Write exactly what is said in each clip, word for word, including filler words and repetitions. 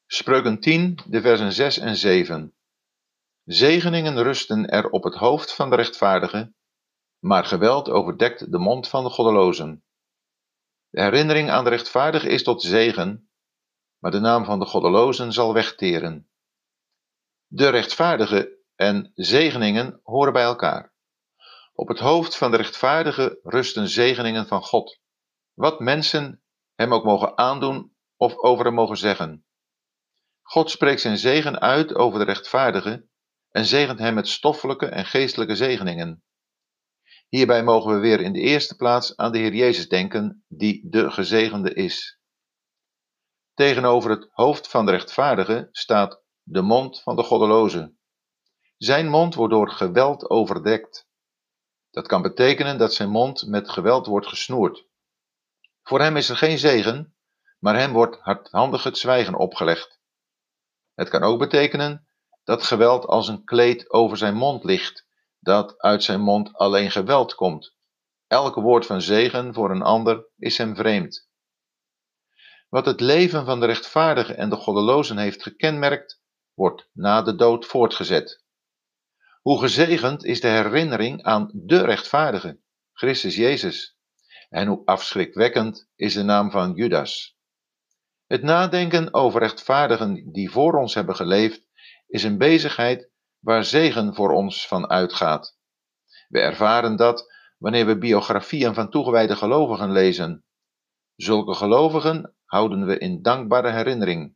Spreuken tien, de versen zes en zeven. Zegeningen rusten er op het hoofd van de rechtvaardige, maar geweld overdekt de mond van de goddelozen. De herinnering aan de rechtvaardige is tot zegen, maar de naam van de goddelozen zal wegteren. De rechtvaardige en zegeningen horen bij elkaar. Op het hoofd van de rechtvaardige rusten zegeningen van God, wat mensen hem ook mogen aandoen of over hem mogen zeggen. God spreekt zijn zegen uit over de rechtvaardige en zegent hem met stoffelijke en geestelijke zegeningen. Hierbij mogen we weer in de eerste plaats aan de Heer Jezus denken, die de gezegende is. Tegenover het hoofd van de rechtvaardige staat de mond van de goddeloze. Zijn mond wordt door geweld overdekt. Dat kan betekenen dat zijn mond met geweld wordt gesnoerd. Voor hem is er geen zegen, maar hem wordt hardhandig het zwijgen opgelegd. Het kan ook betekenen dat geweld als een kleed over zijn mond ligt, dat uit zijn mond alleen geweld komt. Elke woord van zegen voor een ander is hem vreemd. Wat het leven van de rechtvaardige en de goddelozen heeft gekenmerkt, wordt na de dood voortgezet. Hoe gezegend is de herinnering aan de rechtvaardige, Christus Jezus, en hoe afschrikwekkend is de naam van Judas. Het nadenken over rechtvaardigen die voor ons hebben geleefd, is een bezigheid waar zegen voor ons van uitgaat. We ervaren dat wanneer we biografieën van toegewijde gelovigen lezen. Zulke gelovigen houden we in dankbare herinnering.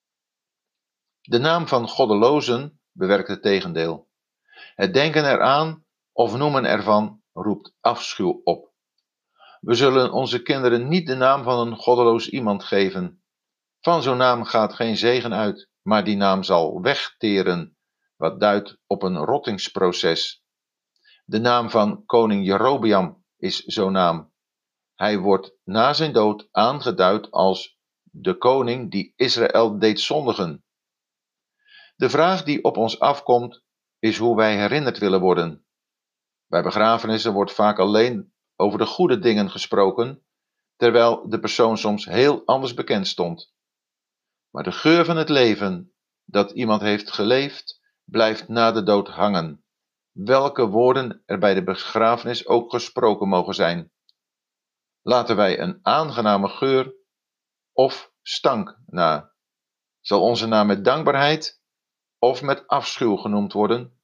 De naam van goddelozen bewerkt het tegendeel. Het denken eraan of noemen ervan roept afschuw op. We zullen onze kinderen niet de naam van een goddeloos iemand geven. Van zo'n naam gaat geen zegen uit, maar die naam zal wegteren, wat duidt op een rottingsproces. De naam van koning Jerobeam is zo'n naam. Hij wordt na zijn dood aangeduid als de koning die Israël deed zondigen. De vraag die op ons afkomt is hoe wij herinnerd willen worden. Bij begrafenissen wordt vaak alleen over de goede dingen gesproken, terwijl de persoon soms heel anders bekend stond. Maar de geur van het leven dat iemand heeft geleefd, blijft na de dood hangen, welke woorden er bij de begrafenis ook gesproken mogen zijn. Laten wij een aangename geur of stank na. Zal onze naam met dankbaarheid of met afschuw genoemd worden?